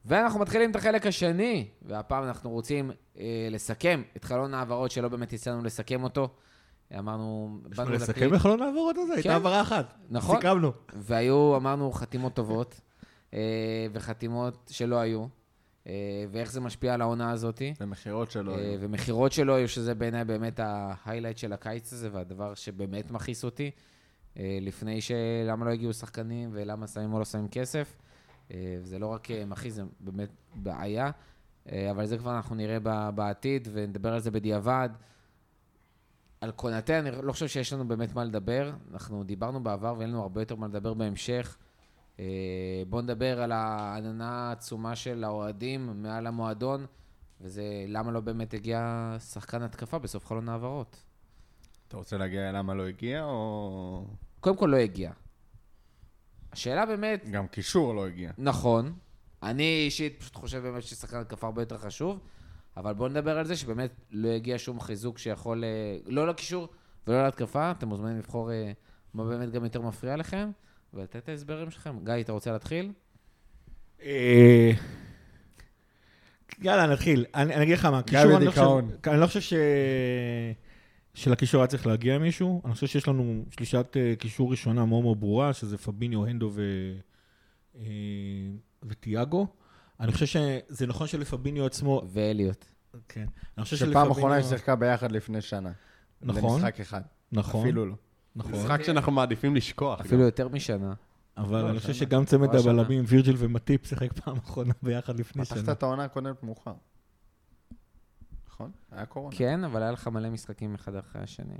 ואנחנו מתחילים את החלק השני, והפעם אנחנו רוצים לסכם את חלון העברות שלא באמת יצאנו לסכם אותו. אמרנו, באנו לסכם בחלון העברות הזה? הייתה העברה אחת. נכון. סיכמנו. והיו, אמרנו, חתימות טובות, וחתימות שלא היו, ואיך זה משפיע על העונה הזאת. ומחירות שלא היו. ומחירות שלא היו, שזה בעיניי באמת ההיילייט של הקיץ הזה, והדבר שבאמת מכעיס אותי, לפני למה לא הגיעו שחקנים, ולמה שמים או לא שמים כסף. זה לא רק מכעיס, זה באמת בעיה, אבל זה כבר אנחנו נראה בעתיד, ונדבר על זה בדיעבד. על קונטה, אני לא חושב שיש לנו באמת מה לדבר. אנחנו דיברנו בעבר, ואין לנו הרבה יותר מה לדבר בהמשך. בואו נדבר על העננה העצומה של האוהדים מעל המועדון, וזה למה לא באמת הגיע שחקן התקפה בסוף חלון העברות. אתה רוצה להגיע למה לא הגיע, או... קודם כל לא הגיע. השאלה באמת... גם קישור לא הגיע. נכון. אני אישית פשוט חושב באמת ששחקן התקפה הרבה יותר חשוב, אבל בואו נדבר על זה שבאמת לא הגיע שום חיזוק שיכול... לא לקישור ולא להתקפה. אתם מוזמנים לבחור מה באמת גם יותר מפריע לכם, ולתת את ההסברים שלכם. גיא, אתה רוצה להתחיל? יאללה, נתחיל. אני אגיד לך מה, אני לא חושב שלקישור היה צריך להגיע מישהו. אני חושב שיש לנו שלישת קישור ראשונה מאוד ברורה, שזה פביניו, הנדו וטיאגו. אני חושב שזה נכון שלפביניו עצמו... ואליוט. כן. שפעם אחרונה היא שיחקה ביחד לפני שנה. נכון. למשחק אחד. נכון. אפילו לא. משחק שאנחנו מעדיפים לשכוח. אפילו יותר משנה. אבל אני חושב שגם צמד הבלמים, וירג'יל ומטיפ, שיחק פעם אחרונה ביחד לפני שנה. פתחת את העונה הקודמת מאוחר. נכון? היה קורונה. כן, אבל היה לך מלא משחקים אחד אחרי השני.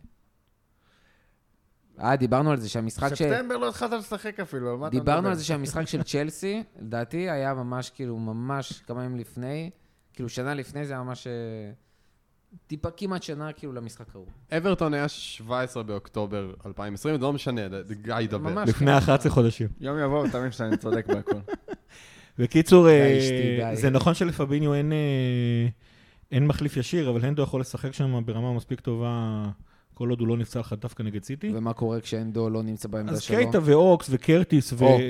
דיברנו על זה שהמשחק ספטמבר לא התחלת לשחק אפילו. דיברנו על זה שהמשחק של צ'לסי, לדעתי, היה ממש, כאילו, ממש כמה ימים לפני, כאילו שנה לפני זה היה ממש טיפה כמעט שנה, כאילו, למשחק ההוא. אברטון היה 17 באוקטובר 2020, זה לא משנה, גיא ידבר. לפני 11 חודשים. יום יבוא, ותאמין שאני צודק בהכל. בקיצור, זה נכון שלפביניו אין מחליף ישיר, אבל הנדו יכול לשחק שם ברמה מספיק טובה, כל עוד הוא לא נפצע לך דווקא נגד סיטי. ומה קורה כשהנדו לא נמצא בעמדה שלו? אז קייטה ואוקס וקרטיס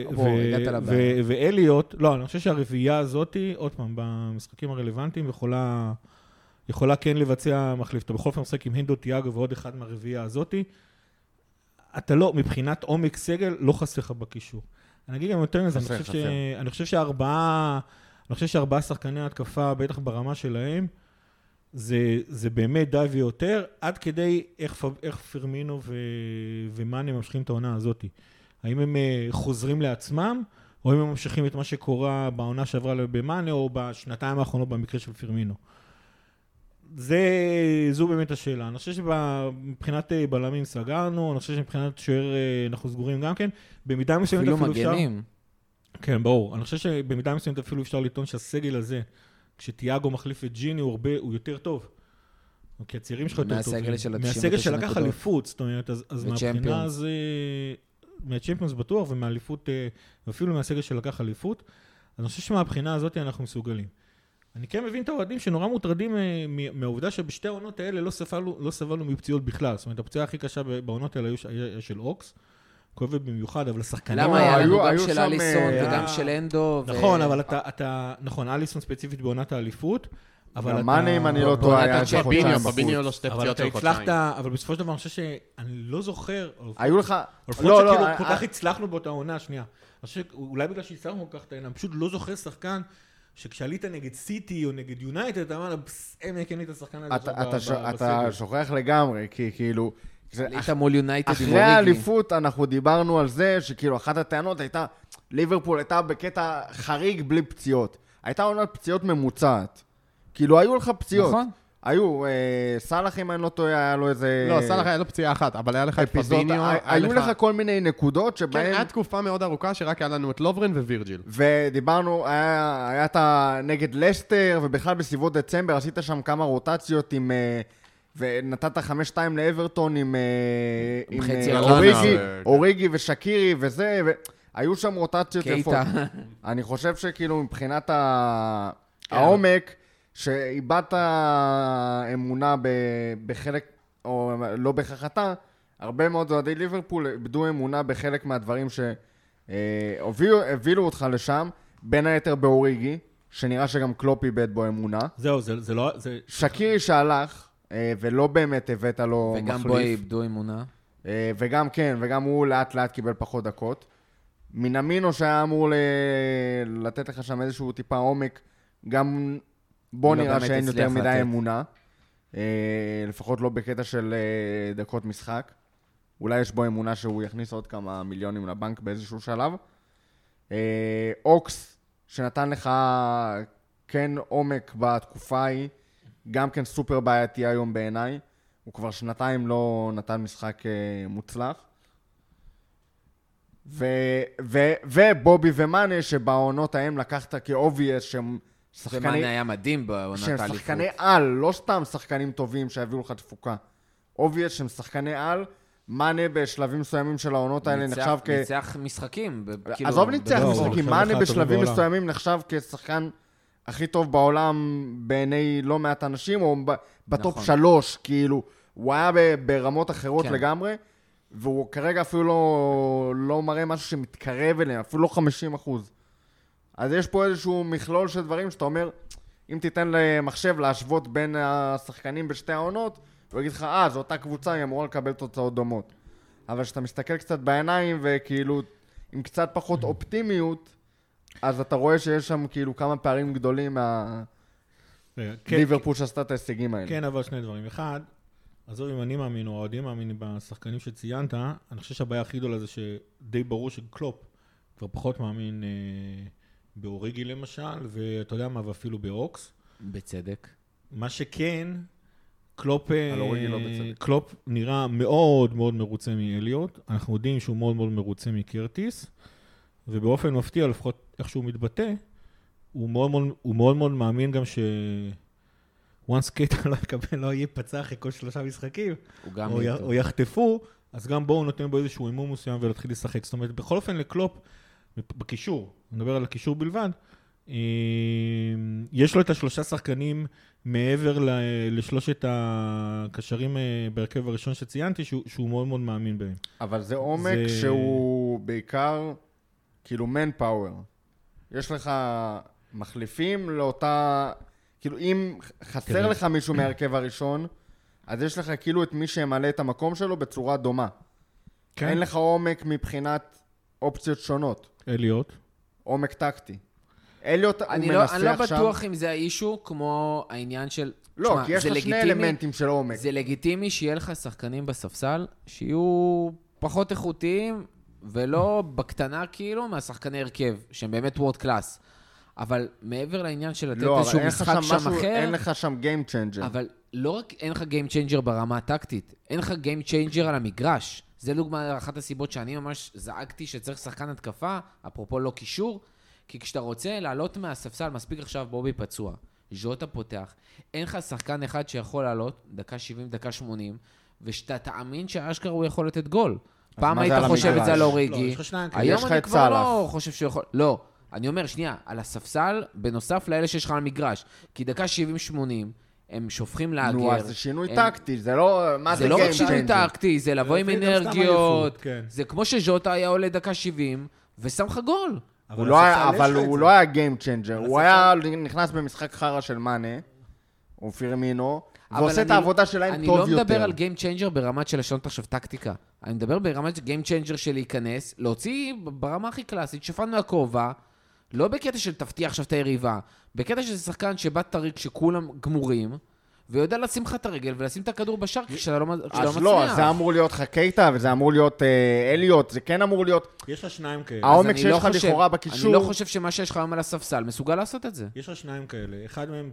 ואליוט, לא, אני חושב שהרביעייה הזאת, עוד פעם, במשחקים הרלוונטיים, יכולה כן לבצע מחליף. אתה בכל פעם משחק עם הנדו, טיאגו ועוד אחד מהרביעייה הזאת, אתה לא, מבחינת עומק סגל, לא חסר לך בקישור. אני אגיד גם יותר מזה, אני חושב שארבעה שחקני התקפה, בטח ברמה שלהם, זה באמת די ויותר, עד כדי איך פרמינו ומאני ממשיכים את העונה הזאת. האם הם חוזרים לעצמם, או אם הם ממשיכים את מה שקורה בעונה שעברה במאני, או בשנתיים האחרונות במקרה של פרמינו. זו באמת השאלה. אני חושב שמבחינת בלמים סגרנו, אני חושב שמבחינת שוער אנחנו סגורים גם כן. במידה מסוימת אפילו מגנים. כן, ברור. אני חושב שבמידה מסוימת אפילו אפשר לטעון שהסגל הזה, כשטיאגו מחליף את ג'יני, הוא יותר טוב. כי הצעירים שלך יותר טובים. מהסגל שלקח אליפות, זאת אומרת, אז מהבחינה הזה, מהצ'מפיונס בטוח, ומהאליפות, ואפילו מהסגל שלקח אליפות, אז אני חושב שמהבחינה הזאת אנחנו מסוגלים. אני כן מבין את האוהדים שנורא מוטרדים מהעובדה שבשתי העונות האלה לא סבלנו מפציעות בכלל. זאת אומרת, הפציעה הכי קשה בעונות האלה היה של אוקס, כואבת במיוחד, אבל השחקנים... למה היה לנו גם של אליסון וגם של אנדו? נכון, אבל אתה... נכון, אליסון ספציפית בעונת האליפות, אבל אתה... מאני, אם אני לא טועה, היה חודשיים בחוץ. פביניו לא שתי פציעות של חודשיים. אבל בסופו של דבר, אני חושב שאני לא זוכר... היו לך... לא, כל כך הצלחנו באותה עונה, שנייה. אני חושב שאולי בגלל שהצלחנו כל כך, אני פשוט לא זוכר שחקן שכשעלית נגד סיטי או נגד יונייטד, אתה אמר, הם יקן לי את השחקן הזה. אתה שוכח לגמרי, כי כאילו... אחרי האליפות אנחנו דיברנו על זה שכאילו אחת הטענות הייתה, ליברפול הייתה בקטע חריג בלי פציעות. הייתה עונת פציעות ממוצעת. כאילו היו לך פציעות. נכון. היו, סלח אם אני לא טועה, היה לו איזה... לא, סלח היה לו פציעה אחת, אבל היה לך את פביניו. היו לך כל מיני נקודות שבהן... כן, היה תקופה מאוד ארוכה שרק היה לנו את לוברן ווירג'יל. ודיברנו, היה אתה נגד לסטר, ובכלל בסביבות דצמבר עשית שם כמה רוטציות עם... ונתת 5-2 לאברטון עם אוריגי ושקירי וזה, והיו שם רוטציות יפות. אני חושב שכאילו מבחינת העומק, שאיבדת אמונה בחלק, או לא בכחתה, הרבה מאוד אוהדי ליברפול איבדו אמונה בחלק מהדברים שהובילו אותך לשם, בין היתר באוריגי, שנראה שגם קלופ איבד בו אמונה. זהו, זה לא... שקירי שהלך, ולא באמת הבאת לו מחליף. וגם בו איבדו אמונה. וגם כן, וגם הוא לאט לאט קיבל פחות דקות. מינמינו שהיה אמור לתת לך שם איזשהו טיפה עומק, גם בוא נראה שאין יותר מדי אמונה. לפחות לא בקטע של דקות משחק. אולי יש בו אמונה שהוא יכניס עוד כמה מיליונים לבנק באיזשהו שלב. אוקס, שנתן לך כן עומק בתקופה ההיא, גם כן סופר בעייתי היום בעיניי. הוא כבר שנתיים לא נתן משחק מוצלח. ובובי ומאנה, שבעונות ההם לקחת כאובייס, שהם שחקני... ומאנה היה מדהים בעונת האליפות. שהם שחקני על, לא סתם שחקנים טובים שהביאו לך תפוקה. אובייס שהם שחקני על, מאנה בשלבים מסוימים של העונות האלה נחשב ניצח משחקים. עזוב ניצח משחקים, מאנה בשלבים מסוימים נחשב כשחקן הכי טוב בעולם בעיני לא מעט אנשים, או בטופ 3, כאילו, הוא היה ברמות אחרות לגמרי, והוא כרגע אפילו לא מראה משהו שמתקרב אליהם, אפילו לא 50%. אז יש פה איזשהו מכלול של דברים שאתה אומר, אם תיתן למחשב להשוות בין השחקנים בשתי העונות, הוא יגיד לך, זו אותה קבוצה, היא אמורה לקבל תוצאות דומות. אבל כשאתה מסתכל קצת בעיניים, וכאילו, עם קצת פחות אופטימיות, אז אתה רואה שיש שם כאילו כמה פערים גדולים ליברפול שעשתה את ההישגים האלה. כן, אבל שני דברים. אחד, עזוב אם אני מאמין, או האוהדים מאמינים בשחקנים שציינת, אני חושב שהבעיה הכי גדולה זה שדי ברור שקלופ כבר פחות מאמין באוריגי למשל, ואתה יודע מה, ואפילו באוקס. בצדק. מה שכן, קלופ נראה מאוד מאוד מרוצה מאליוט, אנחנו יודעים שהוא מאוד מאוד מרוצה מקרטיס, ובאופן מפתיע, לפחות איך שהוא מתבטא, הוא מאוד מאוד מאמין גם once קייטה לא יהיה פצע אחרי כל 3 משחקים, או יחטפו, אז גם בואו נותן בו איזשהו אימון מסוים ולהתחיל לשחק. זאת אומרת, בכל אופן לקלופ, בקישור, נדבר על הקישור בלבד, יש לו את 3 שחקנים מעבר לשלושת הקשרים בהרכב הראשון שציינתי, שהוא מאוד מאוד מאמין בהם. אבל זה עומק שהוא בעיקר כאילו manpower. יש לך מחליפים לאותה... כאילו אם חסר לך מישהו מהרכב הראשון, אז יש לך כאילו את מי שמלא את המקום שלו בצורה דומה. כן. אין לך עומק מבחינת אופציות שונות. אליוט. עומק טקטי. אליוט הוא מנסח שם... אני לא בטוח אם זה האישו כמו העניין של... לא, כי יש לך שני אלמנטים של עומק. זה לגיטימי שיהיה לך שחקנים בספסל שיהיו פחות איכותיים ולא בקטנה כאילו מהשחקני הרכב, שהם באמת וורד קלאס. אבל מעבר לעניין של לתת איזשהו משחק שם אחר... אין לך שם גיים צ'יינג'ר. אבל לא רק אין לך גיים צ'יינג'ר ברמה הטקטית, אין לך גיים צ'יינג'ר על המגרש. זה דוגמה אחת הסיבות שאני ממש זעקתי שצריך שחקן התקפה, אפרופו לא קישור, כי כשאתה רוצה לעלות מהספסל, מספיק עכשיו בובי פצוע, ז'וטה פותח, אין לך שחקן אחד שיכול לעלות, דקה 70, דקה 80, ושאתה תאמין שהאשכרה הוא יכול לתת גול. פעם היית חושב את זה על אוריגי, היום אני כבר לא חושב שהוא יכול... לא. אני אומר, שנייה, על הספסל, בנוסף לאלה שיש לך על המגרש, כי דקה 70-80, הם שופכים לאגר. נו, אז זה שינוי טקטי, זה לא... זה לא רק שינוי טקטי, זה לבוא עם אנרגיות, זה כמו שז'וטה היה עולה דקה 70, ושם לך גול. אבל הוא לא היה גיים צ'יינג'ר, הוא היה נכנס במשחק חרה של מאנה, או פירמינו, ועושה את העבודה שלהם טוב יותר. אני לא מדבר על גיים צ'יינג'ר ברמת של לשנות עכשיו טקטיקה, אני מדבר ברמת של גיים צ'יינג'ר של להיכנס, להוציא ברמה הכי קלאסית, שפנו הכובע, לא בקטע של תפתיע עכשיו את היריבה, בקטע שזה שחקן שבא טריק שכולם גמורים, ויודע לשים לך את הרגל ולשים את הכדור בשאר כשאתה לא מצליח. אז לא, זה אמור להיות חקייטה, וזה אמור להיות אליוט, זה כן אמור להיות... יש לך 2 כאלה. העומק שיש לך לכאורה בקישור... אני לא חושב שמה שיש לך היום על הספסל מסוגל לעשות את זה. יש לך 2 כאלה, אחד מהם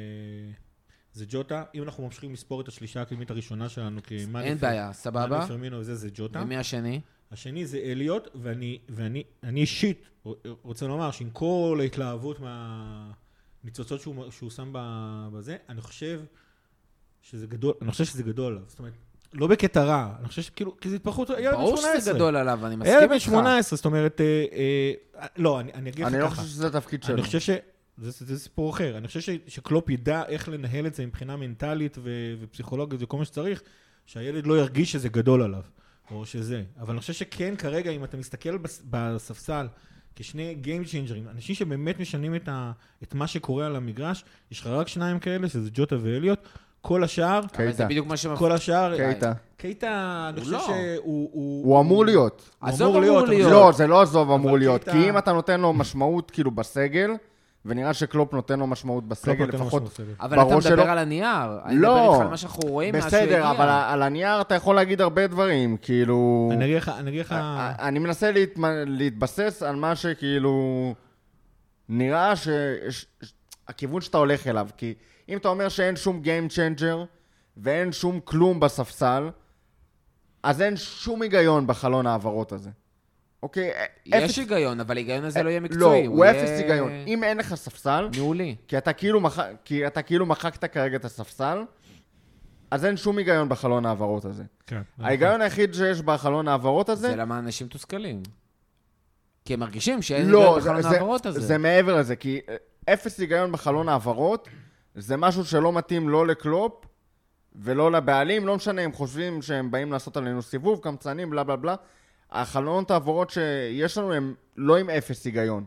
זה ג'וטה, אם אנחנו ממשיכים לספור את השלישה הקדמית הראשונה שלנו, אין בעיה, סבבה. מאני פרמינו זה ג'וטה. ומי השני? השני זה אליוט, ואני אישית רוצה לומר שעם כל ההתלהבות מהניצוצות שהוא שם בזה, אני חושב שזה גדול עליו. זאת אומרת, לא בקטע רע, אני חושב שכאילו, כי זה התפרחות, ילד בן 18. ברור שזה גדול עליו, אני מסכים איתך. ילד בן 18, זאת אומרת, לא, אני אגיד לך ככה. אני לא חושב שזה התפקיד שלו. אני חושב זה סיפור אחר. אני חושב שקלופ ידע איך לנהל את זה מבחינה מנטלית ופסיכולוגית וכל מה שצריך, שהילד לא ירגיש שזה גדול עליו. או שזה. אבל אני חושב שכן כרגע, אם אתה מסתכל בספסל, כשני גיים צ'יינג'רים, אנשים שבאמת משנים את מה שקורה על המגרש, יש לך רק שניים כאלה, שזה ג'וטה ואליוט, כל השאר, אבל זה בדיוק מה כל השאר, קייטה, אני חושב שהוא... הוא אמור להיות. עזוב אמור להיות. לא, זה לא עזוב אמור להיות, כי אם אתה נותן לו משמעות כאילו בסגל, ונראה שקלופ נותן לו משמעות בסגל, לפחות אבל אתה מדבר על הנייר. אני מדבר איתך על מה שאנחנו רואים, בסדר, אבל על הנייר אתה יכול להגיד הרבה דברים, כאילו... אני אגיד לך... אני מנסה להתבסס על מה שכאילו... נראה שהכיוון שאתה הולך אליו, כי אם אתה אומר שאין שום Game Changer, ואין שום כלום בספסל, אז אין שום היגיון בחלון העברות הזה. אוקיי? יש היגיון, אבל היגיון הזה לא יהיה לא, מקצועי. הוא אפס היגיון. אם אין לך ספסל... ניהולי. כי אתה כאילו מחקת כרגע את הספסל, אז אין שום היגיון בחלון העברות הזה. כן. ההיגיון היחיד שיש בחלון העברות הזה... זה למה אנשים תוסכלים. כי הם מרגישים שאין היגיון בחלון העברות הזה. זה מעבר לזה, כי אפס היגיון בחלון העברות, זה משהו שלא מתאים לא לקלופ, ולא לבעלים, לא משנה, הם חושבים שהם באים לעשות עלינו סיבוב, קמצנים, בלה בלה בלה. החלונות העברות שיש לנו הם לא עם אפס היגיון.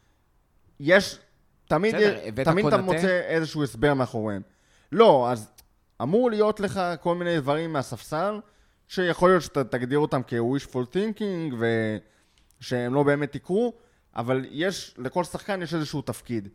יש, תמיד אתה מוצא איזשהו הסבר מאחוריהם. לא, אז אמור להיות לך כל מיני דברים מהספסל, שיכול להיות שאתה תגדיר אותם כ-wishful thinking, ושהם לא באמת יקרו, אבל יש, לכל שחקן יש איזשהו תפקיד.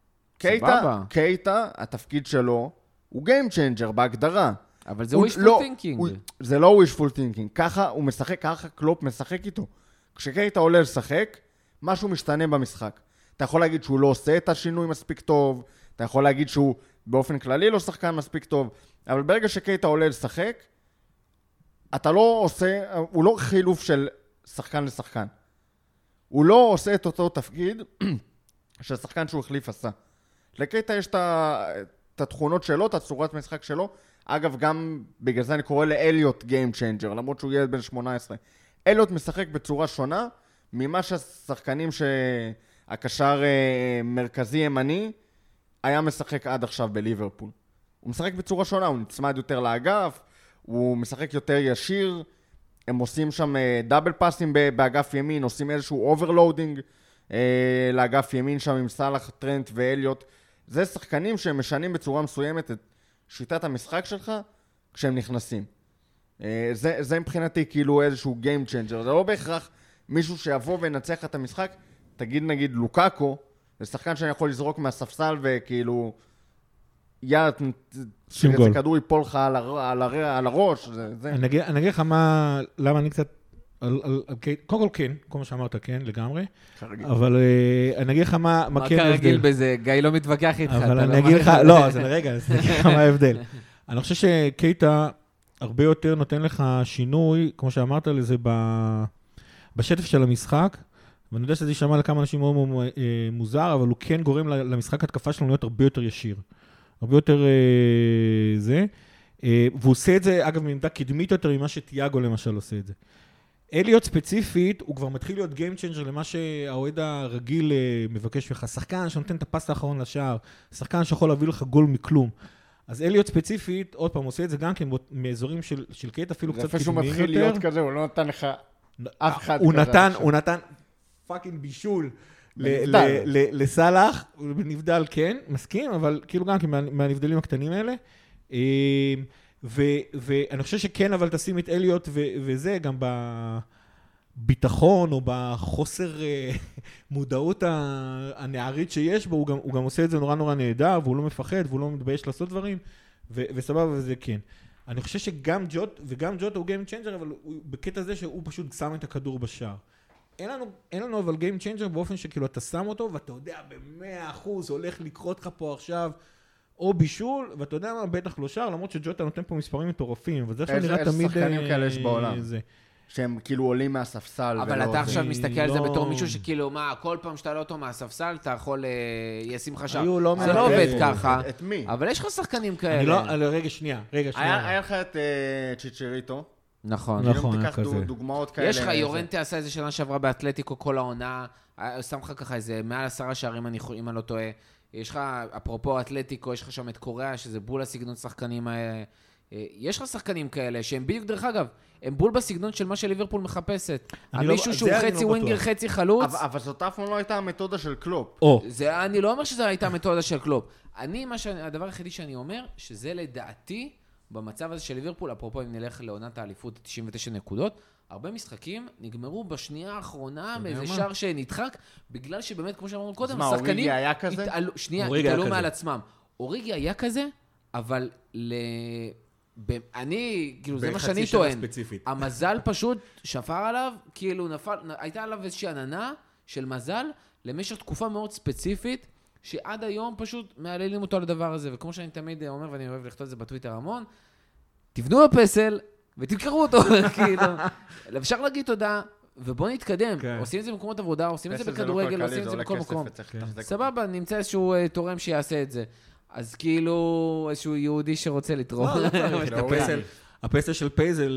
קייטה, התפקיד שלו, הוא game changer בהגדרה. אבל זה wishful thinking. זה לא wishful thinking. ככה הוא משחק, ככה קלופ משחק איתו. כשקייטה עולה לשחק, משהו משתנה במשחק. אתה יכול להגיד שהוא לא עושה את השינוי מספיק טוב, אתה יכול להגיד שהוא באופן כללי לא שחקן מספיק טוב, אבל ברגע שקייטה עולה לשחק, אתה לא עושה, הוא לא חילוף של שחקן לשחקן. הוא לא עושה את אותו תפקיד של שחקן שהוא החליף עשה. לקייטה יש את התכונות שלו, את הצורת משחק שלו. אגב, גם בגלל זה אני קורא לאליוט Game Changer, למרות שהוא ילד בן 18. אליוט משחק בצורה שונה ממה שהשחקנים שהקשר מרכזי ימני היה משחק עד עכשיו בליברפול. הוא משחק בצורה שונה, הוא נצמד יותר לאגף, הוא משחק יותר ישיר, הם עושים שם דאבל פאסים באגף ימין, עושים איזשהו אוברלואודינג לאגף ימין שם עם סלאח, טרנט ואליוט. זה שחקנים שהם משנים בצורה מסוימת את שיטת המשחק שלך כשהם נכנסים. זה מבחינתי כאילו איזשהו game changer. זה לא בהכרח מישהו שיבוא וינצח את המשחק. תגיד נגיד לוקאקו, זה שחקן שאני יכול לזרוק מהספסל וכאילו יאללה, איזה כדור ייפול לך על הראש. אני אגיד לך למה אני קצת... קודם כל כן, כל מה שאמרת כן, לגמרי. אבל אני אגיד לך מה כן ההבדל. מה כרגיל בזה? גיא לא מתווכח איתך. אבל אני אגיד לך, לא, אז רגע, אז אני אגיד לך מה ההבדל. אני חושב שקייטה הרבה יותר נותן לך שינוי, כמו שאמרת לזה, בשטף של המשחק, ואני יודע שזה יישמע לכמה אנשים מאוד מוזר, אבל הוא כן גורם למשחק התקפה שלנו להיות הרבה יותר ישיר. הרבה יותר זה. והוא עושה את זה, אגב, מעמדה קדמית יותר ממה שתיאגו למשל עושה את זה. אליוט ספציפית, הוא כבר מתחיל להיות Game Changer למה שהאוהד הרגיל מבקש לך. שחקן שנותן את הפס האחרון לשער, שחקן שיכול להביא לך גול מכלום. אז אליוט ספציפית, עוד פעם, עושה את זה גם כן מאזורים של קייט אפילו קצת קדמיים יותר. זה איפה שהוא מתחיל להיות כזה, הוא לא נתן לך אף אחד כזה. הוא נתן פאקינג בישול לסלאח, נבדל כן, מסכים, אבל כאילו גם כן מהנבדלים הקטנים האלה. ואני חושב שכן, אבל תשים את אליוט וזה, גם בביטחון או בחוסר מודעות הנערית שיש בו, הוא גם עושה את זה נורא נורא נהדר, והוא לא מפחד, והוא לא מתבייש לעשות דברים, וסבבה, וזה כן. אני חושב שגם ג'וטה הוא Game Changer, אבל בקטע זה שהוא פשוט שם את הכדור בשער. אין לנו אבל Game Changer באופן שכאילו אתה שם אותו, ואתה יודע ב100% הולך לקרות לך פה עכשיו, או בישול, ואתה יודע מה, בטח לא שער, למרות שג'וטה נותן פה מספרים מטורפים, אבל זה עכשיו נראה תמיד... איזה שחקנים כאלה יש בעולם, שהם כאילו עולים מהספסל. אבל אתה עכשיו מסתכל על זה בתור מישהו שכאילו, מה, כל פעם שאתה לא אותו מהספסל, אתה יכול, ישים לך שער. זה לא עובד ככה. את מי? אבל יש לך שחקנים כאלה. רגע, שנייה. היה לך את צ'יצ'ריטו. נכון. תיקח דוגמאות כאלה. יש לך, יורנטה עשה איזה שנה שעברה באתלטיקו כל העונה, שם לך ככה איזה מעל 10 שערים, אם אני לא טועה. יש לך, אפרופו אתלטיקו, יש לך שם את קוריאה, שזה בול הסגנון שחקנים האלה. יש לך שחקנים כאלה שהם בדיוק, דרך אגב, הם בול בסגנון של מה שליברפול מחפשת. אני לא- מישהו זה שהוא אני חצי לא ווינגר, בטוח. חצי חלוץ. אבל זאת אף פעם לא הייתה המתודה של קלופ. אני לא אומר שזו הייתה המתודה של קלופ. הדבר היחידי שאני אומר, שזה לדעתי, במצב הזה של ליברפול, אפרופו אם נלך לעונת האליפות 99 נקודות, הרבה משחקים נגמרו בשנייה האחרונה מאיזה שער שנדחק, בגלל שבאמת, כמו שאמרנו קודם, מה, אוריגי היה כזה? התעלו מעל עצמם. אוריגי היה כזה, אבל אני, כאילו, זה מה שאני טוען. המזל פשוט שפר עליו, כאילו הייתה עליו איזושהי עננה של מזל, למשך תקופה מאוד ספציפית, שעד היום פשוט מעללים אותו על הדבר הזה. וכמו שאני תמיד אומר, ואני אוהב לכתוב את זה בטוויטר המון, תבנו בפסל ותמכרו אותו, כאילו. אפשר להגיד תודה, ובוא נתקדם. עושים את זה במקומות עבודה, עושים את זה בכדורגל, עושים את זה בכל מקום. סבבה, נמצא איזשהו תורם שיעשה את זה. אז כאילו, איזשהו יהודי שרוצה לתרום. הפסל של פייזל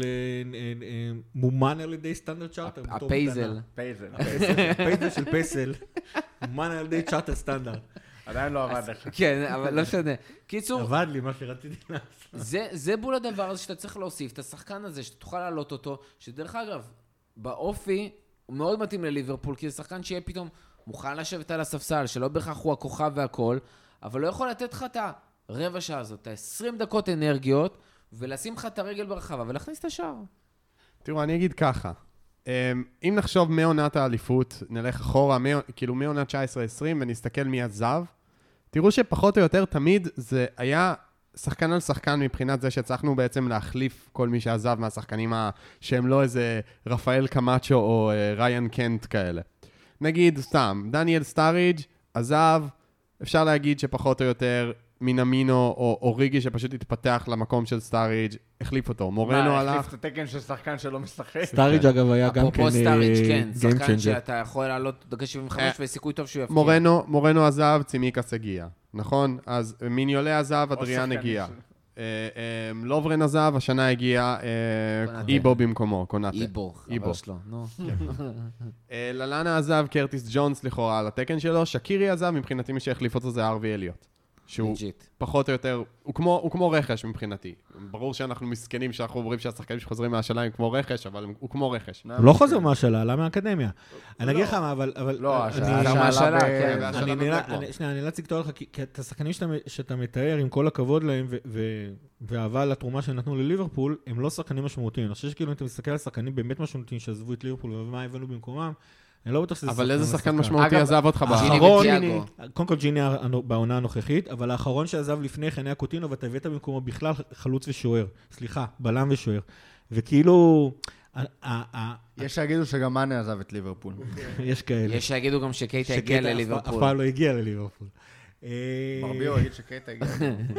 מומן על ידי סטנדרט צ'ארטר. הפייזל. הפייזל של פייזל מומן על ידי צ'ארטר סטנדרט. עדיין לא עבד לך. כן, אבל לא שונה. קיצור, עבד לי מה שרציתי לעשות. זה בול הדבר הזה שאתה צריך להוסיף, את השחקן הזה, שאתה תוכל להעלות אותו, שדרך אגב, באופי, הוא מאוד מתאים לליברפול, כי זה שחקן שיהיה פתאום מוכן לשבת על הספסל, שלא בהכרח הוא הכוכב והכל, אבל לא יכול לתת לך את הרבע שעה הזאת, את ה-20 דקות אנרגיות, ולשים לך את הרגל ברחבה, ולהכניס את השער. תראו, אני אגיד ככה. אם נחשוב מעונת האליפות, נלך אחורה, כאילו מעונת 19-20, ונסתכל מי עזב, תראו שפחות או יותר תמיד זה היה שחקן על שחקן מבחינת זה שהצלחנו בעצם להחליף כל מי שעזב מהשחקנים שהם לא איזה רפאל קמאצ'ו או ריין קנט כאלה. נגיד סתם, דניאל סטאריג' עזב, אפשר להגיד שפחות או יותר מינמינו או אוריגי שפשוט התפתח למקום של סטאריג' החליף אותו. מורנו הלך. החליף את התקן של שחקן שלא משחק. סטאריג' אגב היה גם כן אפרופו סטאריג', כן, Game שחקן changer. שאתה יכול לעלות דקה 75 וסיכוי טוב שהוא יפקיע. מורנו עזב, צימיקס הגיע, נכון? אז מיניולה עזב, אדריאן הגיע. לוברן עזב, השנה הגיע איבו במקומו, קונאטה. איבו, חבר שלו, נו. ללנה עזב, קרטיס ג'ונס לכאורה על התקן שלו, שקירי עזב, מבחינתי מי שהחליף אותו זה ארווי אליוט. שהוא פחות או יותר, הוא כמו רכש מבחינתי. ברור שאנחנו מסכנים שאנחנו אומרים שהשחקנים שחוזרים מהשאלה הם כמו רכש, אבל הוא כמו רכש. הוא לא חוזר מהשאלה, עלה מהאקדמיה. אני אגיד לך מה, אבל... לא, מהשאלה, כן. אני נאלץ לקטוע לך, כי את השחקנים שאתה מתאר, עם כל הכבוד להם, ואהבה לתרומה שנתנו לליברפול, הם לא שחקנים משמעותיים. אני חושב שכאילו, אם אתה מסתכל על שחקנים באמת משמעותיים שעזבו את ליברפול, ומה הבאנו במקומם, אני לא בטוח שזה אבל איזה שחקן משמעותי עזב אותך האחרון, קודם כל ג'יני בעונה הנוכחית, אבל האחרון שעזב לפני כן היה קוטינו, ואתה הבאת במקומו בכלל חלוץ ושוער. סליחה, בלם ושוער. וכאילו... יש שיגידו שגם מאנה עזב את ליברפול. יש כאלה. יש שיגידו גם שקייטה הגיע לליברפול. אף פעם לא הגיע לליברפול. ברבירו יגיד שקייטה הגיע.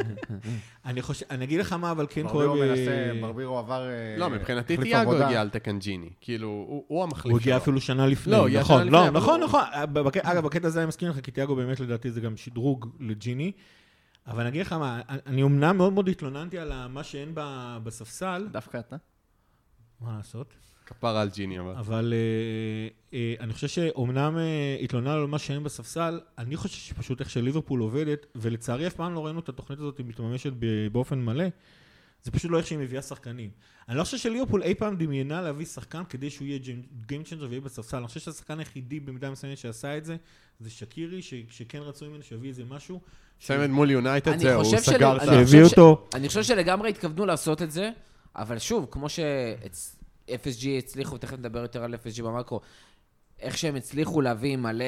אני אגיד לך מה, אבל כן קורה... ברבירו עבר... לא, מבחינתי תיאגו הגיע על תקן ג'יני. כאילו, הוא המחליף שלו. הוא הגיע אפילו שנה לפני. נכון. אגב, בקטע הזה אני מסכים לך, כי תיאגו באמת לדעתי זה גם שדרוג לג'יני. אבל אני אגיד לך מה, אני אומנם מאוד מאוד התלוננתי על מה שאין בספסל. דווקא אתה? מה לעשות? כפר על ג'יני, אבל אני חושב שאומנם התלונן על מה שאין בספסל, אני חושב שפשוט איך שליברפול עובדת, ולצערי אף פעם לא ראינו את התוכנית הזאת מתממשת באופן מלא, זה פשוט לא איך שהיא מביאה שחקנים. אני לא חושב שליברפול אי פעם דמיינה להביא שחקן כדי שהוא יהיה Game Changer ויהיה בספסל. אני חושב שהשחקן היחידי במידה מסוימת שעשה את זה, זה שקירי, שכן רצו ממנו שיביא איזה משהו. סיימד מול יונייטד, זהו, הוא סגר את אני חושב שלגמרי התכוונו לעשות את זה, אבל שוב, כמו ש... FSG הצליחו, תכף נדבר יותר על FSG במקרו, איך שהם הצליחו להביא מלא,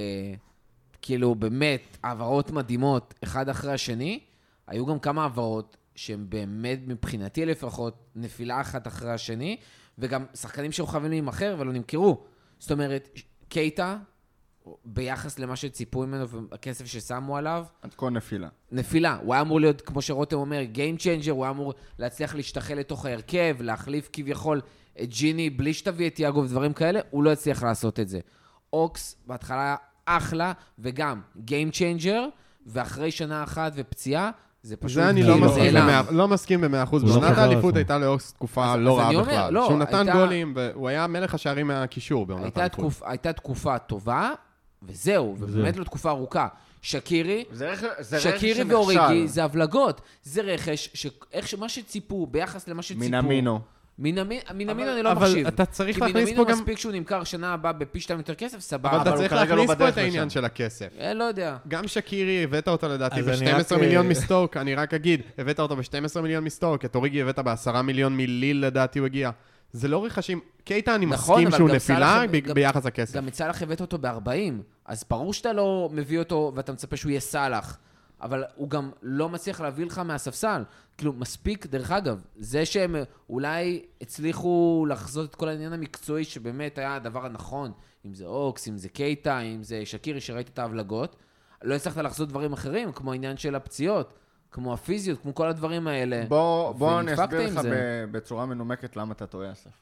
כאילו באמת, העברות מדהימות, אחד אחרי השני, היו גם כמה העברות שהן באמת, מבחינתי לפחות, נפילה אחת אחרי השני, וגם שחקנים שהיו חייבים להימכר ולא נמכרו. זאת אומרת, קייטה, ביחס למה שציפו ממנו והכסף ששמו עליו. עד כה נפילה. נפילה. הוא היה אמור להיות, כמו שרותם אומר, Game Changer, הוא היה אמור להצליח להשתחל לתוך ההרכב, להחליף כביכול את ג'יני בלי שתביא את תיאגו ודברים כאלה, הוא לא הצליח לעשות את זה. אוקס, בהתחלה אחלה, וגם Game Changer, ואחרי שנה אחת ופציעה, זה פשוט... זה אני לא מסכים ב100%. בעונת האליפות הייתה לאוקס תקופה לא רעה בכלל. שהוא נתן גולים, והוא היה מלך השערים מהקישור בעונת האליפות. הייתה תקופה טובה, וזהו, ובאמת לא תקופה ארוכה. שקירי רכש ואוריגי זה הבלגות. זה רכש, מה שציפו, ביחס למה שציפו. מינמינו אני לא מחשיב. אבל אתה צריך להכניס פה גם... כי מינמינו מספיק שהוא נמכר שנה הבאה בפי 2 יותר כסף, סבבה. אבל אתה צריך להכניס פה את העניין של הכסף. לא יודע. גם שקירי הבאת אותו לדעתי ב-12 מיליון מסטוק, אני רק אגיד, הבאת אותו ב-12 מיליון מסטוק, את אוריגי הבאת ב10 מיליון מליל לדעתי הוא הגיע. זה לא רכשים, קייטה אני מסכים שהוא נפילה ביחס הכסף. גם מצלח הבאת אותו ב-40, אז ברור שאתה לא מביא אותו ואתה מצפה שהוא יהיה סלח. אבל הוא גם לא מצליח להביא לך מהספסל. כאילו, מספיק, דרך אגב, זה שהם אולי הצליחו לחזות את כל העניין המקצועי, שבאמת היה הדבר הנכון, אם זה אוקס, אם זה קייטה, אם זה שקירי שראית את ההבלגות, לא הצלחת לחזות דברים אחרים, כמו העניין של הפציעות, כמו הפיזיות, כמו כל הדברים האלה. בוא אני אסביר לך בצורה מנומקת למה אתה טועה, אסף.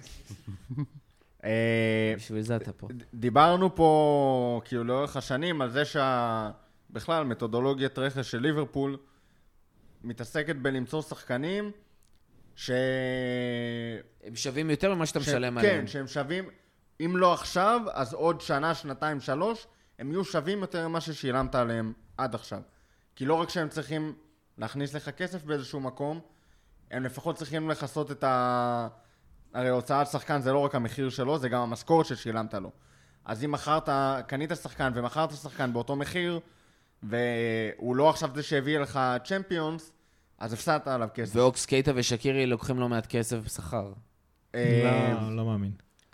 בשביל זה אתה פה. דיברנו פה, כאילו, לאורך השנים, על זה בכלל, מתודולוגיית רכש של ליברפול מתעסקת בלמצוא שחקנים הם שווים יותר ממה שאתה משלם עליהם. כן, שהם שווים, אם לא עכשיו, אז עוד שנה, שנתיים, 3, הם יהיו שווים יותר ממה ששילמת עליהם עד עכשיו. כי לא רק שהם צריכים להכניס לך כסף באיזשהו מקום, הם לפחות צריכים לחסות את הרי הוצאת שחקן זה לא רק המחיר שלו, זה גם המשכורת ששילמת לו. אז אם קנית שחקן ומכרת שחקן באותו מחיר, והוא לא עכשיו זה שהביא לך צ'מפיונס, אז הפסדת עליו כסף. ואוקס, קייטה ושקירי לוקחים לו מעט כסף בשכר. לא מאמין.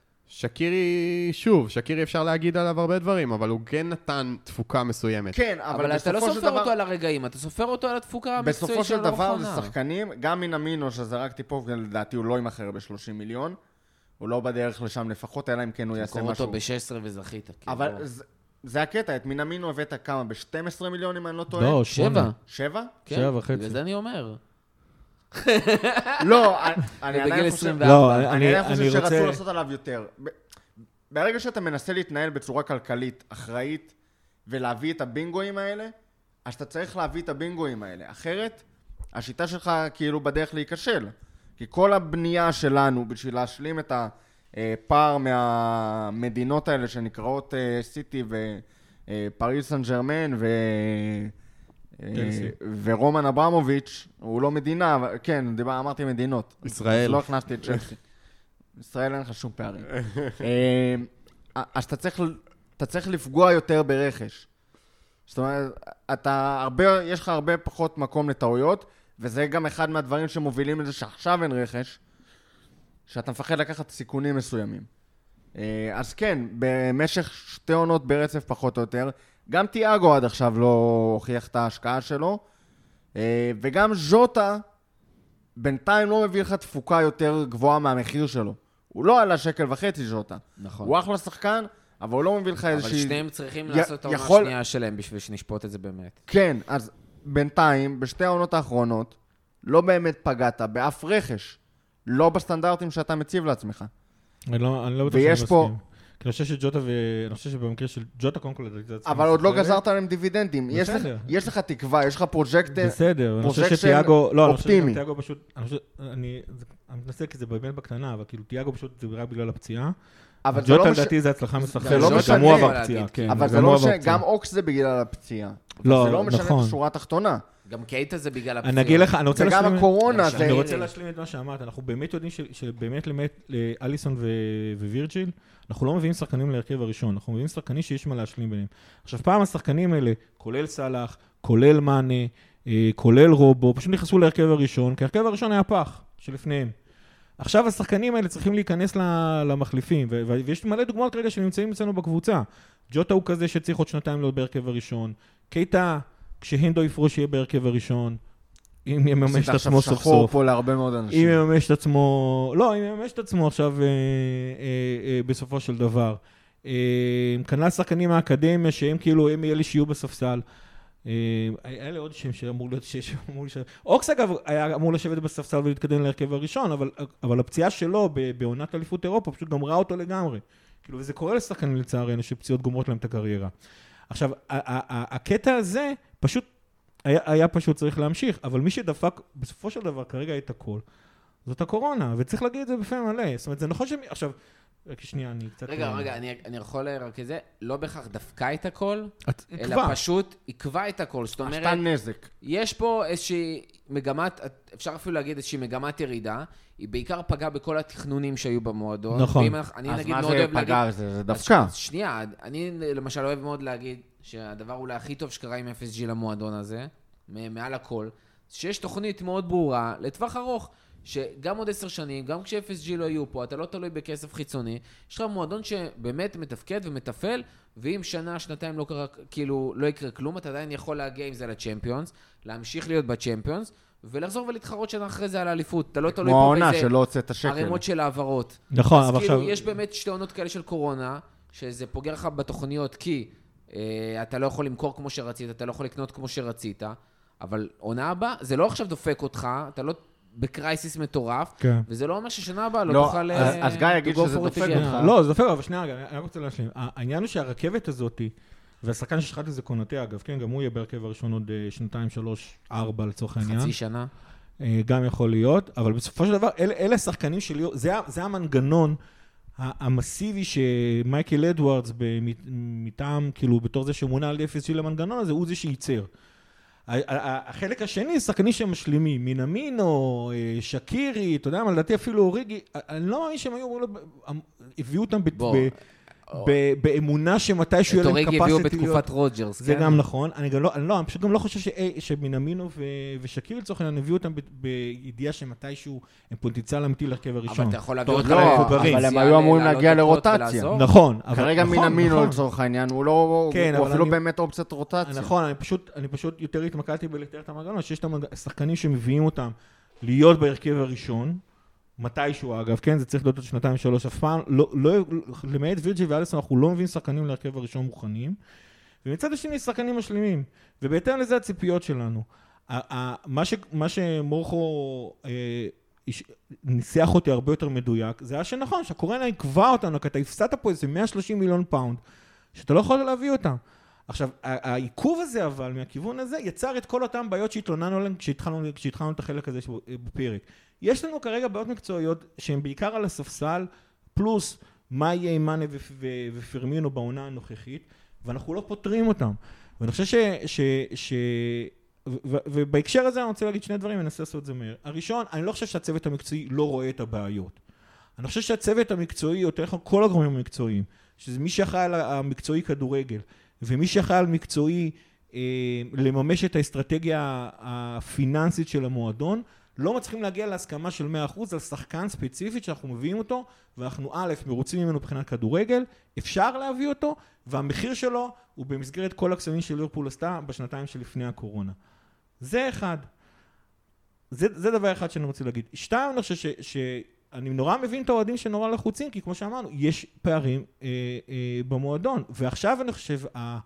שקירי אפשר להגיד עליו הרבה דברים, אבל הוא כן נתן תפוקה מסוימת. כן, אבל אתה לא סופר אותו על הרגעים, אתה סופר אותו על התפוקה המקצועית בסופו של של דבר זה שחקנים, גם מינמינו שזרקתי פה, לדעתי הוא לא ימכר ב-30 מיליון, הוא לא בדרך לשם לפחות, אלא אם כן הוא יעשה משהו. תמכור אותו ב-16 וזכית. אבל זה הקטע, את מינמינו הבאת כמה? ב-12 מיליון אם אני לא טועה? לא, 7. 7? כן, 7.5. וזה אני אומר. לא, אני בגיל 24. לא, אני חושב שרצו לעשות עליו יותר. ברגע שאתה מנסה להתנהל בצורה כלכלית, אחראית, ולהביא את הבינגואים האלה, אז אתה צריך להביא את הבינגואים האלה. אחרת, השיטה שלך כאילו בדרך להיכשל. כי כל הבנייה שלנו, בשביל להשלים את הפער מהמדינות האלה שנקראות סיטי ופריס סן ג'רמן ורומן אברמוביץ', הוא לא מדינה, אבל כן, אמרתי מדינות. ישראל. לא הכנסתי את צ'לסי. ישראל אין לך שום פערים. אז אתה צריך לפגוע יותר ברכש. זאת אומרת, יש לך הרבה פחות מקום לטעויות, וזה גם אחד מהדברים שמובילים לזה שעכשיו אין רכש, שאתה מפחד לקחת סיכונים מסוימים. אז כן, במשך 2 עונות ברצף פחות או יותר, גם תיאגו עד עכשיו לא הוכיח את ההשקעה שלו, וגם ז'וטה בינתיים לא מביא לך תפוקה יותר גבוהה מהמחיר שלו. הוא לא עלה 1.5 שקל ז'וטה. נכון. הוא אחלה שחקן, אבל הוא לא מביא לך איזושהי... אבל שניהם צריכים לעשות את העונה השנייה שלהם בשביל שנשפוט את זה באמת. כן, אז בינתיים, בשתי העונות האחרונות, לא באמת פגעת באף רכש. לא בסטנדרטים שאתה מציב לעצמך. אני לא בטוח שאני מסכים. כי אני חושב שג'וטה, ואני חושב שבמקרה של ג'וטה, קודם כל, אבל עוד לא גזרת עליהם דיבידנדים. יש לך תקווה, יש לך פרוג'קט אופטימי. בסדר, אני חושב שתיאגו, לא, אני חושב שתיאגו פשוט, אני מנסה כי זה באמת בקטנה, אבל כאילו תיאגו פשוט זה רק בגלל הפציעה. ג'וטה לדעתי זה הצלחה מסחררת, זה לא משנה. גם הוא עבר פציעה. אבל זה לא משנה, גם אוקס זה בגלל הפציעה. זה לא משנה את השורה התחתונה. גם קייטה זה בגלל הפציעה. אני אגיד לך, אני רוצה להשלים... וגם הקורונה אני רוצה להשלים את מה שאמרת. אנחנו באמת יודעים שבאמת לאליסון ווירג'יל, אנחנו לא מביאים שחקנים להרכב הראשון, אנחנו מביאים שחקנים שיש מה להשלים ביניהם. עכשיו, פעם השחקנים האלה, כולל סלאח, כולל מאנה, כולל רובו, פשוט נכנסו להרכב הראשון, כי ההרכב הראשון היה פח שלפניהם. עכשיו השחקנים האלה צריכים להיכנס למחליפים, ויש מלא דוגמאות כרגע שנמצאים אצלנו בקבוצה. ג'וטה הוא כזה שצריך עוד 2 להיות בהרכב הראשון. קייטה, כשהנדו יפרוש יהיה בהרכב הראשון, אם יממש את עצמו סוף סוף. פה להרבה מאוד אנשים. אם יממש את עצמו, לא, אם יממש את עצמו עכשיו בסופו של דבר. כנ"ל שחקנים מהאקדמיה שהם כאילו, הם אלה שיהיו בספסל. היה לי עוד שם שאמור להיות אוקס אגב היה אמור לשבת בספסל ולהתקדם להרכב הראשון, אבל הפציעה שלו בעונת אליפות אירופה פשוט גמרה אותו לגמרי. כאילו, וזה קורה לשחקנים לצערנו שפציעות גומרות להם את הקריירה. עכשיו, הקטע הזה פשוט היה פשוט צריך להמשיך, אבל מי שדפק בסופו של דבר כרגע את הכל, זאת הקורונה, וצריך להגיד את זה בפה מלא. זאת אומרת, זה נכון עכשיו, רק שנייה, אני קצת... רגע, אני יכול רק את זה, לא בכך דווקא את הכל, אלא עקבה. פשוט עקבה את הכל. זאת אומרת, עשתה נזק. יש פה איזושהי מגמת, אפשר אפילו להגיד איזושהי מגמת ירידה, היא בעיקר פגעה בכל התכנונים שהיו במועדון. נכון. אז מה זה פגע? זה דווקא. שנייה, אני למשל אוהב מאוד להגיד שהדבר אולי הכי טוב שקרה עם FSG למועדון הזה, מעל הכל, שיש תוכנית מאוד ברורה לטווח ארוך, שגם עוד 10 שנים, גם כש-FSG לא יהיו פה, אתה לא תלוי בכסף חיצוני, יש לך מועדון שבאמת מתפקד ומטפל, ואם שנה, שנתיים לא יקרה כלום, אתה עדיין יכול להגיע עם זה לצ'מפיונס, להמשיך להיות בצ'מפיונס, ולחזור ולהתחרות שנה אחרי זה על האליפות. אתה לא תלוי פה באיזה ערימות של העברות. נכון, אבל עכשיו... כאילו, יש באמת 2 עונות כאלה של קורונה, שזה פוגע לך בתוכניות, כי אתה לא יכול למכור כמו שרצית, אתה לא יכול לקנות כמו שרצית, אבל עונה הבאה, זה לא עכשיו דופק אותך, אתה לא בקרייסיס מטורף, כן. וזה לא אומר ששנה הבאה לא תוכל... אז גיא יגיד שזה דופק אותך. לא, זה דופק, אבל שנייה רגע, אני רוצה להשלים. העניין הוא שהרכבת הזאת, והשחקן ששחט את זה קונטה אגב, כן, גם הוא יהיה בהרכב הראשון עוד 2, 3, 4 לצורך העניין. חצי שנה. גם יכול להיות, אבל בסופו של דבר, אלה השחקנים שלי, זה המנגנון המסיבי שמייקל אדוארדס, מטעם, כאילו, בתור זה שמונה על FSG למנגנון הזה, הוא זה שייצר. החלק השני, שחקנים שהם משלימים, מינמינו, שקירי, אתה יודע מה, לדעתי אפילו אוריגי, אני לא מאמין שהם הביאו אותם באמונה שמתישהו יהיה להם את אוריגי הביאו בתקופת רוג'רס, זה גם נכון, אני פשוט גם לא חושב שמינמינו ושקירי לצורך העניין הביאו אותם בידיעה שמתישהו הם פוטנציאל אמיתי להרכב הראשון. אבל אתה יכול להביא אותם אבל הם היו אמורים להגיע לרוטציה. נכון. כרגע מינמינו לצורך העניין, הוא אפילו באמת אופציית רוטציה. נכון, אני פשוט יותר התמקדתי בלתאר את המנגנון, שיש את השחקנים שמביאים אותם להיות בהרכב הראשון, מתישהו אגב, כן, זה צריך להיות עוד 2, 3, אף פעם, למעט וירג'י ואליסון, אנחנו לא מביאים שחקנים להרכב הראשון מוכנים, ומצד השני שחקנים משלימים, ובהתאם לזה הציפיות שלנו. מה שמורכו ניסח אותי הרבה יותר מדויק, זה היה שנכון, שהקורונה עקבה אותנו, כי אתה הפסדת פה איזה 130 מיליון פאונד, שאתה לא יכול להביא אותם. עכשיו, העיכוב הזה אבל, מהכיוון הזה, יצר את כל אותם בעיות שהתלוננו עליהן כשהתחלנו את החלק הזה בפרק. יש לנו כרגע בעיות מקצועיות שהן בעיקר על הספסל, פלוס מה יהיה עם מאנה ופרמינו בעונה הנוכחית, ואנחנו לא פותרים אותם. ואני חושב ובהקשר הזה אני רוצה להגיד 2 דברים, אני אנסה לעשות את זה מהר. הראשון, אני לא חושב שהצוות המקצועי לא רואה את הבעיות. אני חושב שהצוות המקצועי, יותר נכון כל הגורמים המקצועיים, שזה מי שאחראי על המקצועי כדורגל, ומי שאחראי על מקצועי לממש את האסטרטגיה הפיננסית של המועדון, לא מצליחים להגיע להסכמה של 100% על שחקן ספציפית שאנחנו מביאים אותו, ואנחנו א', מרוצים ממנו מבחינת כדורגל, אפשר להביא אותו, והמחיר שלו הוא במסגרת כל הקסמים של ליברפול עשתה בשנתיים שלפני הקורונה. זה אחד. זה דבר אחד שאני רוצה להגיד. 2, אני חושב שאני נורא מבין את האוהדים שנורא לחוצים, כי כמו שאמרנו, יש פערים במועדון, ועכשיו אני חושב,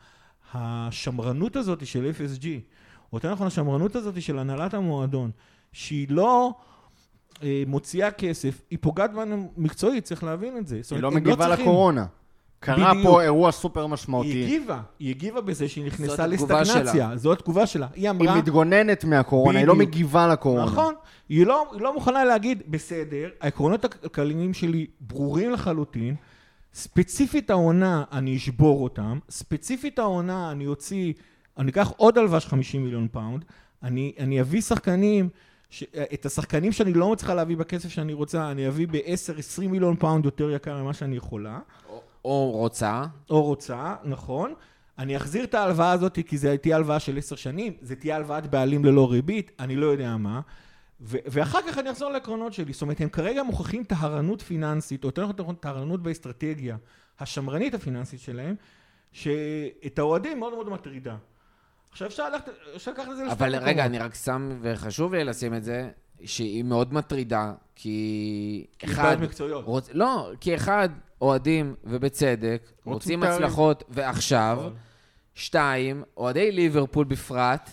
השמרנות הזאת של FSG, או יותר נכון, השמרנות הזאת של הנהלת המועדון, שהיא לא מוציאה כסף, היא פוגעת בנו מקצועית, צריך להבין את זה. היא לא מגיבה לקורונה. קרה פה אירוע סופר משמעותי. היא הגיבה בזה שהיא נכנסה לסטגנציה. זו התגובה שלה. היא מתגוננת מהקורונה, היא לא מגיבה לקורונה. נכון. היא לא מוכנה להגיד, בסדר, העקרונות הכלכליים שלי ברורים לחלוטין, ספציפית העונה אני אשבור אותם, ספציפית העונה אני אקח עוד הלוואה של 50 מיליון פאונד, אני אביא שחקנים, את השחקנים שאני לא מצליחה להביא בכסף שאני רוצה, אני אביא ב-10-20 מיליון פאונד יותר יקר ממה שאני יכולה. או רוצה, נכון. אני אחזיר את ההלוואה הזאת, כי זה תהיה הלוואה של 10 שנים, זה תהיה הלוואת בעלים ללא ריבית, אני לא יודע מה. ואחר כך אני אחזור לעקרונות שלי. זאת אומרת, הם כרגע מוכיחים טהרנות פיננסית, או יותר נכון טהרנות באסטרטגיה, השמרנית הפיננסית שלהם, שאת האוהדים מאוד מאוד מטרידה. עכשיו אפשר לקחת את זה לשתי אבל רגע, אני רק שם, וחשוב לי לשים את זה, שהיא מאוד מטרידה, כי אחד... מקצועיות. לא, כי אחד, אוהדים ובצדק, רוצים הצלחות ועכשיו. 2, אוהדי ליברפול בפרט,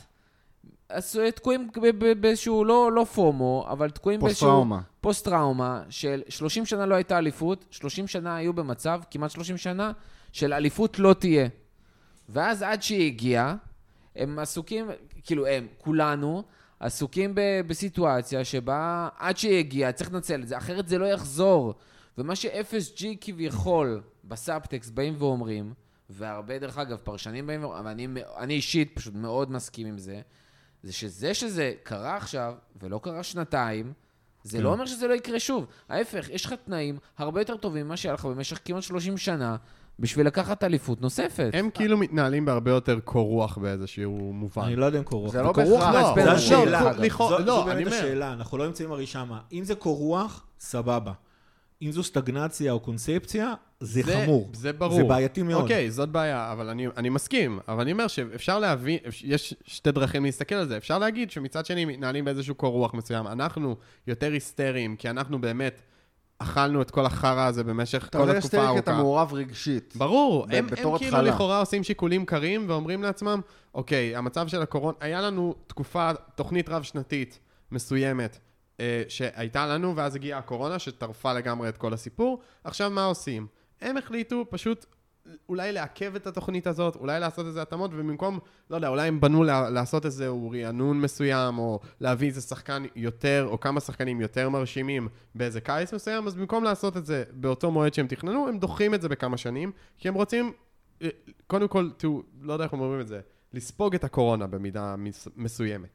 תקועים באיזשהו, לא פומו, אבל תקועים באיזשהו פוסט-טראומה של 30 שנה לא הייתה אליפות, 30 שנה היו במצב, כמעט 30 שנה, של אליפות לא תהיה. ואז עד שהיא הגיעה, הם עסוקים, כאילו כולנו, עסוקים בסיטואציה שבה עד שהיא הגיעה, צריך לנצל את זה, אחרת זה לא יחזור. ומה ש-FSG כביכול בסאבטקסט באים ואומרים, והרבה דרך אגב פרשנים באים ואומרים, אבל אני אישית פשוט מאוד מסכים עם זה, זה שזה קרה עכשיו ולא קרה שנתיים, זה לא אומר שזה לא יקרה שוב. ההפך, יש לך תנאים הרבה יותר טובים ממה שהיה לך במשך כמעט 30 שנה, בשביל לקחת אליפות נוספת. הם כאילו מתנהלים בהרבה יותר קור רוח באיזשהו מובן. אני לא יודע אם קור רוח. זה לא בהכרח. זו השאלה. זו באמת השאלה. אנחנו לא נמצאים הרי שמה. אם זה קור רוח, סבבה. אם זו סטגנציה או קונספציה, זה חמור. זה ברור. זה בעייתי מאוד. אוקיי, זאת בעיה, אבל אני מסכים. אבל אני אומר שאפשר להבין, יש שתי דרכים להסתכל על זה. אפשר להגיד שמצד שני מתנהלים באיזשהו קור רוח מסוים. אנחנו יותר היסטריים, כי אנחנו באמת אכלנו את כל החרא הזה במשך כל התקופה הארוכה. אתה יודע היסטרי כי אתה מעורב רגשית. ברור. הם כאילו לכאורה עושים שיקולים קרים ואומרים לעצמם, אוקיי, המצב של הקורונה, היה לנו תוכנית רב שנתית מסוימת, שהייתה לנו, ואז הגיעה הקורונה, שטרפה לגמרי את כל הסיפור. עכשיו מה עושים? הם החליטו פשוט אולי לעכב את התוכנית הזאת, אולי לעשות איזה התאמות, ובמקום, לא יודע, אולי הם בנו לעשות איזה רענון מסוים, או להביא איזה שחקן יותר, או כמה שחקנים יותר מרשימים באיזה קיץ מסוים, אז במקום לעשות את זה באותו מועד שהם תכננו, הם דוחים את זה בכמה שנים, כי הם רוצים, קודם כל, לא יודע איך אומרים את זה, לספוג את הקורונה במידה מסוימת.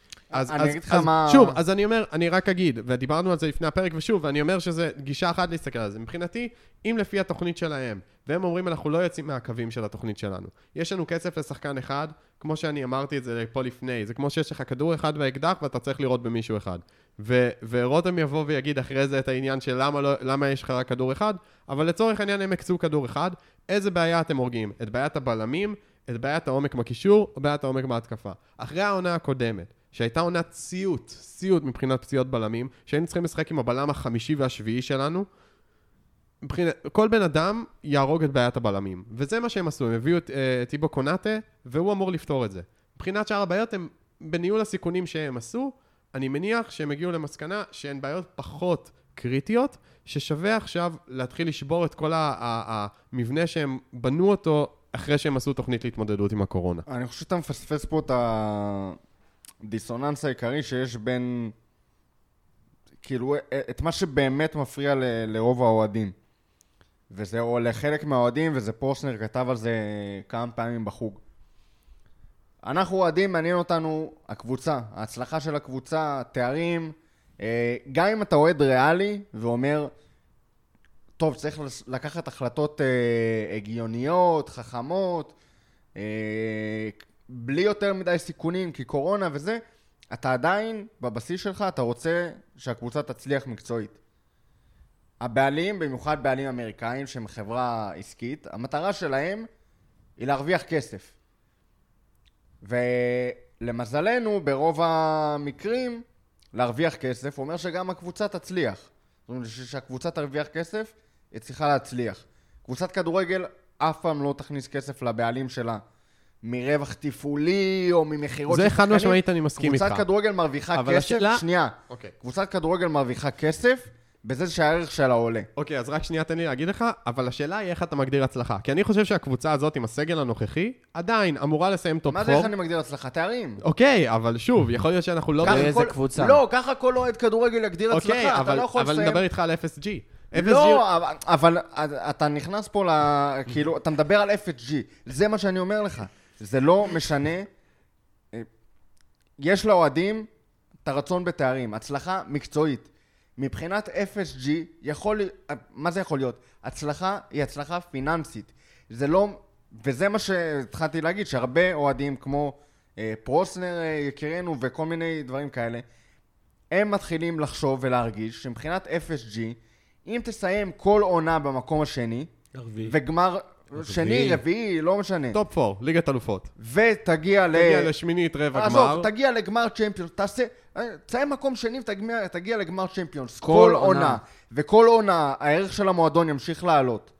שוב, אז אני אומר, אני רק אגיד, ודיברנו על זה לפני הפרק, ושוב, ואני אומר שזה גישה אחת להסתכל על זה. מבחינתי, אם לפי התוכנית שלהם, והם אומרים, אנחנו לא יוצאים מהקווים של התוכנית שלנו. יש לנו כסף לשחקן אחד, כמו שאני אמרתי את זה פה לפני, זה כמו שיש לך כדור אחד והאקדח, ואתה צריך לראות במישהו אחד. ורותם יבוא ויגיד אחרי זה את העניין של למה יש לך רק כדור אחד, אבל לצורך העניין הם הקצו כדור אחד, איזה בעיה אתם הורגים? את בעיית הבלמים, את בעיית העומק בקישור, או בעיית העומק בהתקפה. אחרי העונה הקודמת, שהייתה עונת סיוט מבחינת פציעות בלמים, שהיינו צריכים לשחק עם הבלם החמישי והשביעי שלנו, כל בן אדם יהרוג את בעיית הבלמים. וזה מה שהם עשו, הם הביאו את טיבו קונאטה, והוא אמור לפתור את זה. מבחינת שאר הבעיות, הם בניהול הסיכונים שהם עשו, אני מניח שהם הגיעו למסקנה שהן בעיות פחות קריטיות, ששווה עכשיו להתחיל לשבור את כל המבנה שהם בנו אותו, אחרי שהם עשו תוכנית להתמודדות עם הקורונה. אני חושב שאתה מפספס פה את הדיסוננס העיקרי שיש בין, כאילו, את מה שבאמת מפריע לרוב האוהדים. וזה או לחלק מהאוהדים, וזה פרוסנר כתב על זה כמה פעמים בחוג. אנחנו אוהדים, מעניין אותנו הקבוצה, ההצלחה של הקבוצה, תארים, גם אם אתה אוהד ריאלי ואומר, טוב, צריך לקחת החלטות הגיוניות, חכמות, בלי יותר מדי סיכונים, כי קורונה וזה, אתה עדיין, בבסיס שלך, אתה רוצה שהקבוצה תצליח מקצועית. הבעלים, במיוחד בעלים אמריקאים, שהם חברה עסקית, המטרה שלהם היא להרוויח כסף. ולמזלנו, ברוב המקרים, להרוויח כסף, אומר שגם הקבוצה תצליח. זאת אומרת, שהקבוצה תרוויח כסף, היא צריכה להצליח. קבוצת כדורגל אף פעם לא תכניס כסף לבעלים שלה. מרווח תפעולי או ממחירות זה אחד משמעית אני מסכים איתך. קבוצת כדורגל מרוויחה כסף, שנייה. קבוצת כדורגל מרוויחה כסף, בזה שהערך שלה עולה. אוקיי, אז רק שנייה תן לי להגיד לך, אבל השאלה היא איך אתה מגדיר הצלחה. כי אני חושב שהקבוצה הזאת עם הסגל הנוכחי, עדיין אמורה לסיים טופ 4. מה זה איך אני מגדיר הצלחה? תארים. אוקיי, אבל שוב, יכול להיות שאנחנו לא... איזה קבוצה. לא, ככה כל אוהד כדורגל יגדיר הצלחה, אתה לא יכול לסיים. אבל נדבר איתך על FSG. לא, אבל אתה נכנס פה כאילו, אתה מדבר על FSG. זה מה שאני אומר לך. זה לא משנה. יש לאוהדים את הרצון בתארים, הצלחה מקצועית. מבחינת FSG, מה זה יכול להיות? הצלחה היא הצלחה פיננסית. זה לא, וזה מה שהתחלתי להגיד, שהרבה אוהדים כמו פרוסנר יקירנו וכל מיני דברים כאלה, הם מתחילים לחשוב ולהרגיש שמבחינת FSG, אם תסיים כל עונה במקום השני, וגמר שני, רביעי, לא משנה. טופ 4, ליגת אלופות. ותגיע לשמינית רבע גמר. תגיע לגמר צ'מפיונס, תסיים מקום שני ותגיע לגמר צ'מפיונס. כל עונה. וכל עונה, הערך של המועדון ימשיך לעלות.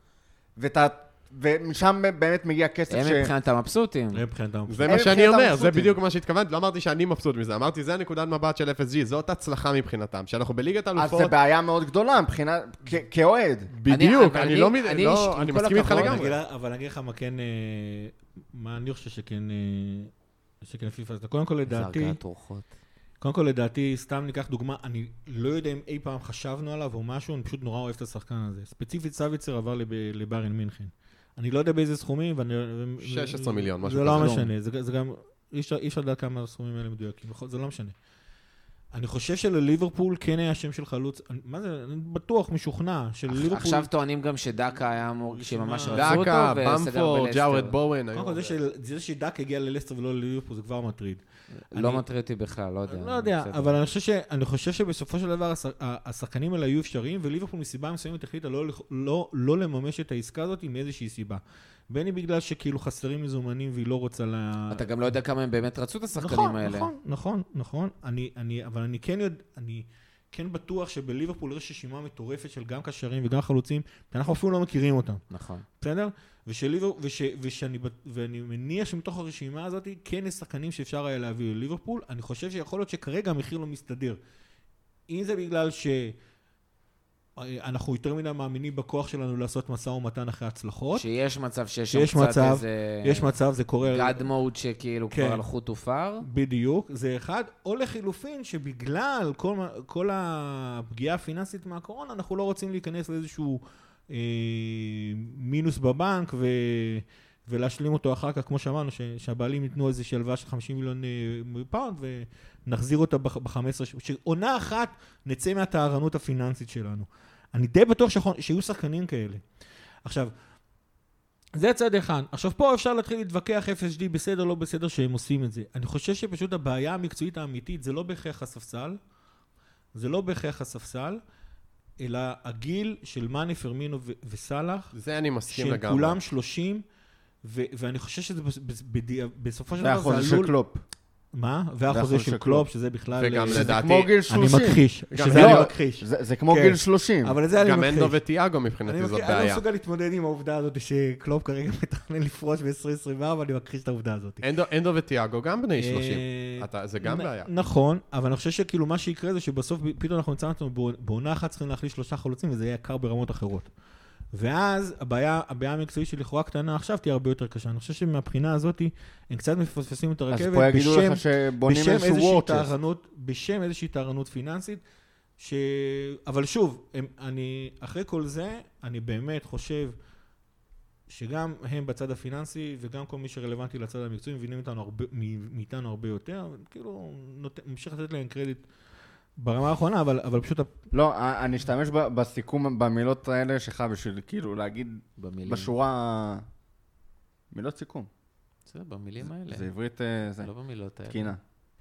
ומשם באמת מגיע כסף הם מבחינתם מבסוטים. זה מה שאני אומר, זה בדיוק מה שהתכוונת. לא אמרתי שאני מבסוט מזה, אמרתי זה נקודת מבט של FSG, זאת הצלחה מבחינתם, שאנחנו בליגת אלופות. אז זה בעיה מאוד גדולה מבחינת, כאוהד. בדיוק, אני מסכים איתך לגמרי. אבל אני אגיד לך מה כן, מה אני חושב שכן פיפה, קודם כל לדעתי, קודם כל, לדעתי, סתם ניקח דוגמה, אני לא יודע אם אי פעם חשבנו עליו או משהו, אני פשוט נורא אוהב את השחקן הזה. ספציפית, סביצר עבר לביירן מינכן. אני לא יודע באיזה סכומים, 16 מיליון, משהו כזה. זה לא משנה, זה גם, אי אפשר לדעת כמה הסכומים האלה מדויקים, זה לא משנה. אני חושב שלליברפול כן היה שם של חלוץ, מה זה, אני בטוח, משוכנע, שלליברפול... עכשיו טוענים גם שדאקה היה אמור, שממש רצו אותו, דאקה, במפורד, ג'ארד בואן. זה שדאקה הגיע ללסטר ולא לליברפול, זה כבר מטריד. לא מטריד אותי בכלל, לא יודע. לא יודע, אבל אני חושב שבסופו של דבר השחקנים האלה היו אפשריים, וליברפול מסיבה מסוימת החליטה לא לממש את העסקה הזאת עם איזושהי סיבה. בין אם בגלל שכאילו חסרים מזומנים והיא לא רוצה אתה גם לא יודע כמה הם באמת רצו את השחקנים האלה. נכון. אבל אני כן בטוח שבליברפול יש רשימה מטורפת של גם קשרים וגם חלוצים, ואנחנו אפילו לא מכירים אותם. נכון. בסדר? ואני מניח שמתוך הרשימה הזאת כן יש שחקנים שאפשר היה להביא לליברפול. אני חושב שיכול להיות שכרגע המחיר לא מסתדר. אם זה בגלל אנחנו יותר מדי מאמינים בכוח שלנו לעשות משא ומתן אחרי הצלחות. שיש מצב שיש שם קצת איזה... יש מצב, זה קורה... גד מוד שכאילו כבר הלכו תופר. בדיוק, זה אחד. או לחילופין שבגלל כל הפגיעה הפיננסית מהקורונה, אנחנו לא רוצים להיכנס לאיזשהו מינוס בבנק ולהשלים אותו אחר כך, כמו שאמרנו, שהבעלים ייתנו איזו שלווה של 50 מיליון פאונד ונחזיר אותה ב-15, שעונה אחת נצא מהתארנות הפיננסית שלנו. אני די בטוח שיהיו שחקנים כאלה. עכשיו, זה צד אחד. עכשיו, פה אפשר להתחיל להתווכח FSG בסדר, לא בסדר שהם עושים את זה. אני חושב שפשוט הבעיה המקצועית האמיתית, זה לא בהכרח הספסל, אלא הגיל של מאני, פרמינו וסלח. זה אני מסכים לגמרי. שהם כולם 30, ואני חושב שזה בסופו של דבר זה והחוזה של קלופ. מה? והחוזה של קלופ, שזה בכלל... וגם שזה לדעתי... כמו גיל 30. אני מכחיש. זה כמו גיל 30. אבל זה אני מכחיש. גם אנדו וטיאגו מבחינתי זאת בעיה. אני לא מסוגל להתמודד עם העובדה הזאת שקלופ כרגע מתכנן לפרוש ב-2024, אני מכחיש את העובדה הזאת. אנדו וטיאגו גם בני 30. זה גם בעיה. נכון, אבל אני חושב שכאילו מה שיקרה זה שבסוף פתאום אנחנו נמצא אותנו בעונה אחת צריכים להחליש 3 חלוצים, וזה יהיה יקר ברמות אחרות. ואז הבעיה המקצועית של לכאורה קטנה עכשיו תהיה הרבה יותר קשה. אני חושב שמהבחינה הזאת הם קצת מפספסים את הרכבת אז פה יגידו לך שבונים איזשהו וורצ'ס. בשם איזושהי תארנות פיננסית, אבל שוב, אחרי כל זה, אני באמת חושב שגם הם בצד הפיננסי וגם כל מי שרלוונטי לצד המקצועי מבינים מאיתנו הרבה יותר, כאילו ממשיך לתת להם קרדיט ברמה האחרונה, אבל פשוט... לא, אני אשתמש בסיכום, במילות האלה שלך בשביל כאילו להגיד בשורה... מילות סיכום. זה במילים האלה. זה עברית... לא במילות האלה. תקינה.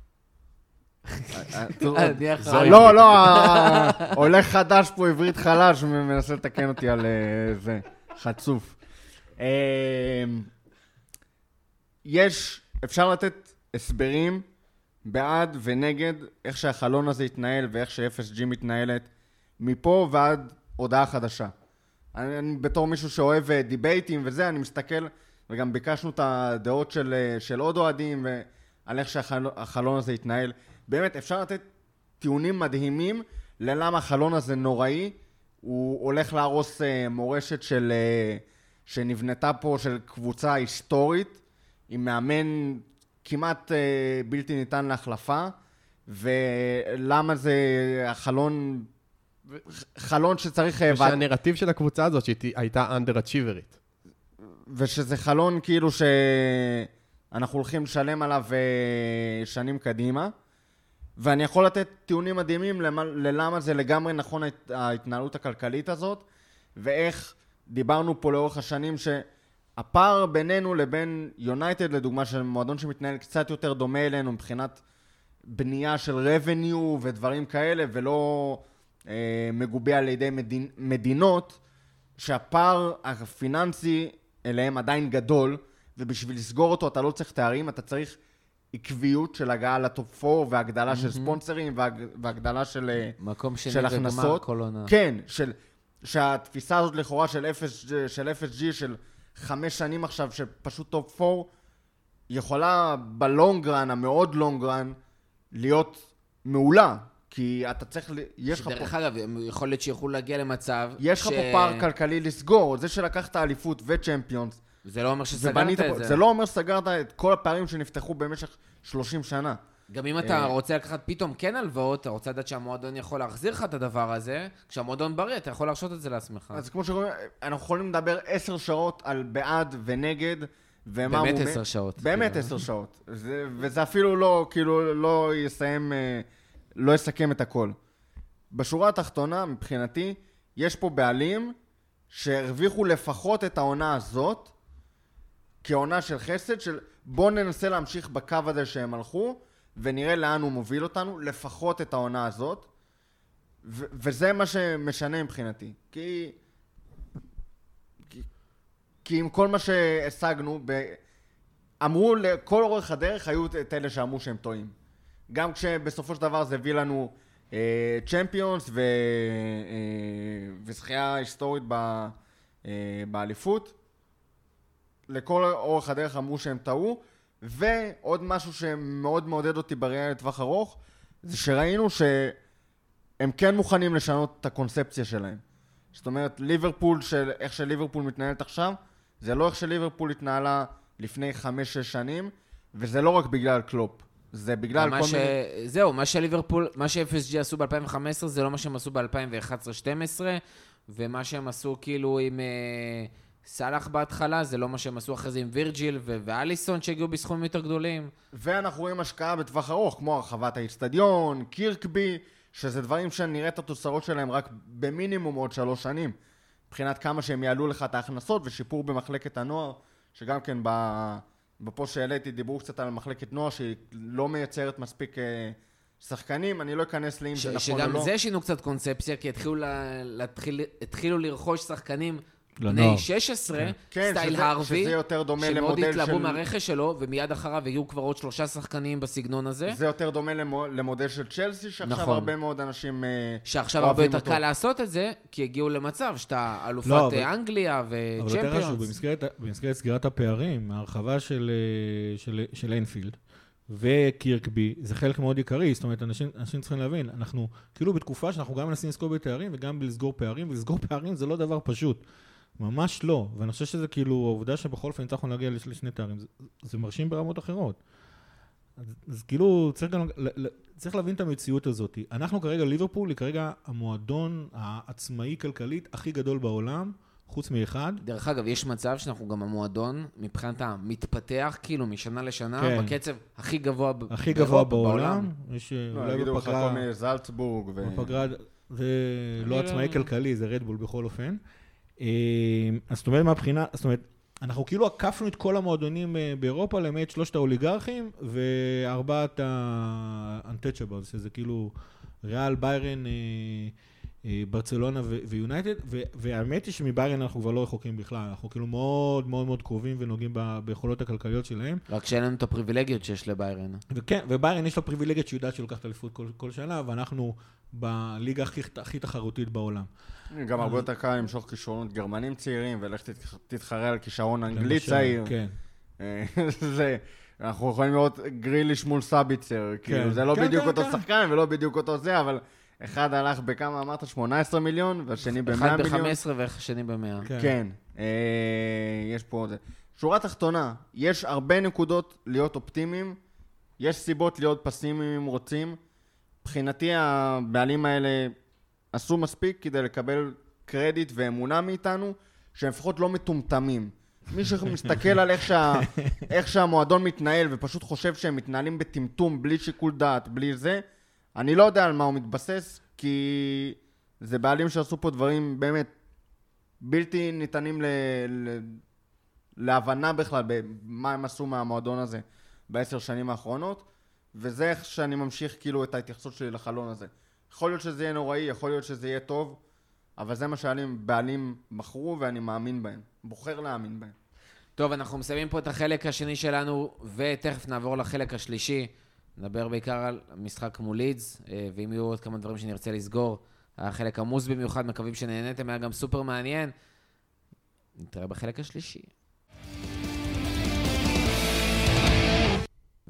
לא, הולך חדש פה עברית חלש ומנסה לתקן אותי על זה. חצוף. אפשר לתת הסברים בעד ונגד איך שהחלון הזה יתנהל ואיך ש-FSG מתנהלת מפה ועד הודעה חדשה. אני בתור מישהו שאוהב דיבייטים וזה, אני מסתכל, וגם ביקשנו את הדעות של עוד אוהדים ועל איך שהחלון הזה יתנהל. באמת, אפשר לתת טיעונים מדהימים ללמה החלון הזה נוראי. הוא הולך להרוס מורשת שנבנתה פה של קבוצה היסטורית, עם מאמן כמעט בלתי ניתן להחלפה, ולמה זה חלון שצריך... ושהנרטיב של הקבוצה הזאת שהייתה אנדר-אצ'יברית. ושזה חלון כאילו שאנחנו הולכים לשלם עליו שנים קדימה, ואני יכול לתת טיעונים מדהימים ללמה זה לגמרי נכון ההתנהלות הכלכלית הזאת, ואיך דיברנו פה לאורך השנים שהפער בינינו לבין יונייטד, לדוגמה, של מועדון שמתנהל קצת יותר דומה אלינו מבחינת בנייה של רבניו ודברים כאלה, ולא מגובה על ידי מדינות, שהפער הפיננסי אליהם עדיין גדול, ובשביל לסגור אותו אתה לא צריך תארים, אתה צריך עקביות של הגעה לטופ 4 והגדלה של ספונסרים והגדלה של הכנסות. כן, שהתפיסה הזאת לכאורה של FSG של 5 שנים עכשיו, שפשוט טופ 4, יכולה בלונגרן, המאוד לונגרן, להיות מעולה. כי אתה צריך, יש לך פה... שדרך אגב, יכול להיות שיכולו להגיע למצב יש לך פה פער כלכלי לסגור, זה שלקחת אליפות וצ'מפיונס. זה לא אומר שסגרת את זה. זה לא אומר שסגרת את כל הפערים שנפתחו במשך 30 שנה. גם אם אתה רוצה לקחת פתאום כן הלוואות, אתה רוצה לדעת שהמועדון יכול להחזיר לך את הדבר הזה, כשהמועדון בריא, אתה יכול להרשות את זה לעצמך. אז כמו שאומרים, אנחנו יכולים לדבר 10 שעות על בעד ונגד, באמת 10 שעות. באמת 10 שעות. וזה אפילו לא, כאילו, לא יסכם את הכל. בשורה התחתונה, מבחינתי, יש פה בעלים שהרוויחו לפחות את העונה הזאת, כעונה של חסד, של בוא ננסה להמשיך בקו הזה שהם הלכו, ונראה לאן הוא מוביל אותנו, לפחות את העונה הזאת, וזה מה שמשנה מבחינתי. כי עם כל מה שהשגנו, אמרו לכל אורך הדרך, היו את אלה שאמרו שהם טועים. גם כשבסופו של דבר זה הביא לנו צ'מפיונס וזכייה היסטורית באליפות, לכל אורך הדרך אמרו שהם טעו, ועוד משהו שמאוד מעודד אותי בראייה לטווח ארוך, זה שראינו שהם כן מוכנים לשנות את הקונספציה שלהם. זאת אומרת, ליברפול, איך שליברפול מתנהלת עכשיו, זה לא איך שליברפול התנהלה לפני 5-6 שנים, וזה לא רק בגלל קלופ. זה בגלל כל מיני... זהו, מה שליברפול, מה ש-FSG עשו ב-2015, זה לא מה שהם עשו ב-2011-2012, ומה שהם עשו כאילו עם סלאח בהתחלה, זה לא מה שהם עשו אחרי זה עם וירג'יל ואליסון שהגיעו בסכומים יותר גדולים. ואנחנו רואים השקעה בטווח ארוך, כמו הרחבת האצטדיון, קירקבי, שזה דברים שנראה את התוצאות שלהם רק במינימום עוד 3 שנים. מבחינת כמה שהם יעלו לך את ההכנסות ושיפור במחלקת הנוער, שגם כן בפוסט שהעליתי דיברו קצת על מחלקת נוער שהיא לא מייצרת מספיק שחקנים, אני לא אכנס לאם זה נכון או לא. שגם זה שינו קצת קונספציה, כי התחילו לרכוש שחקנים בני 16, סטייל הרווי, שמאוד התלהבו מהרכש שלו, ומיד אחריו הגיעו כבר עוד 3 שחקנים בסגנון הזה. זה יותר דומה למודל של צ'לסי, שעכשיו הרבה מאוד אנשים שעכשיו הרבה יותר קל לעשות את זה, כי הגיעו למצב שאתה אלופת אנגליה וצ'מפיונס. אבל יותר חשוב, במסגרת סגירת הפערים, ההרחבה של אנפילד וקירקבי, זה חלק מאוד עיקרי, זאת אומרת, אנשים צריכים להבין, אנחנו כאילו בתקופה שאנחנו גם מנסים לסגור בתארים וגם לסגור פערים, ולסגור פערים זה לא דבר פשוט. ממש לא, ואני חושב שזה כאילו העובדה שבכל אופן הצלחנו להגיע לשני תארים, זה מרשים ברמות אחרות. אז כאילו צריך להבין את המציאות הזאת. אנחנו כרגע, ליברפול היא כרגע המועדון העצמאי כלכלית הכי גדול בעולם, חוץ מאחד. דרך אגב, יש מצב שאנחנו גם המועדון, מבחינת המתפתח, כאילו משנה לשנה, כן. בקצב הכי גבוה, הכי גבוה בעולם. יש אולי בפגרה... זלצבורג בפגרה, זה לא עצמאי כלכלי, זה רדבול בכל אופן. אז זאת אומרת מהבחינה, זאת אומרת, אנחנו כאילו עקפנו את כל המועדונים באירופה, למעט 3 האוליגרכים ו4 ה-untouchables, שזה כאילו ריאל, ביירן, ברצלונה ויונייטד, והאמת היא שמביירן אנחנו כבר לא רחוקים בכלל, אנחנו כאילו מאוד מאוד מאוד קרובים ונוגעים ביכולות הכלכליות שלהם. רק שאין לנו את הפריבילגיות שיש לביירן. וכן, וביירן יש לו פריבילגיות שיודעת שלוקחת אליפות כל שנה, ואנחנו בליגה הכי תחרותית בעולם. גם הרבה יותר קל למשוך כישרונות גרמנים צעירים, ולך תתחרה על כישרון אנגלי צעיר. כן. זה, אנחנו יכולים לראות גריליש מול סאביצר, כאילו זה לא בדיוק אותו שחקן ולא בדיוק אותו זה, אבל אחד הלך בכמה אמרת? 18 מיליון, והשני ב-100 מיליון. אחד ב-15 והשני ב-100. כן. יש פה עוד... שורה תחתונה, יש הרבה נקודות להיות אופטימיים, יש סיבות להיות פסימיים אם רוצים. מבחינתי הבעלים האלה עשו מספיק כדי לקבל קרדיט ואמונה מאיתנו, שהם לפחות לא מטומטמים. מי שמסתכל על איך שהמועדון מתנהל ופשוט חושב שהם מתנהלים בטמטום, בלי שיקול דעת, בלי זה, אני לא יודע על מה הוא מתבסס, כי זה בעלים שעשו פה דברים באמת בלתי ניתנים להבנה בכלל במה הם עשו מהמועדון הזה ב10 שנים האחרונות, וזה איך שאני ממשיך כאילו את ההתייחסות שלי לחלון הזה. יכול להיות שזה יהיה נוראי, יכול להיות שזה יהיה טוב, אבל זה מה שבעלים בחרו ואני מאמין בהם, בוחר להאמין בהם. טוב, אנחנו מסיימים פה את החלק השני שלנו, ותכף נעבור לחלק השלישי. נדבר בעיקר על משחק מול לידס, ואם יהיו עוד כמה דברים שנרצה לסגור, החלק עמוס במיוחד, מקווים שנהנתם, היה גם סופר מעניין. נתראה בחלק השלישי.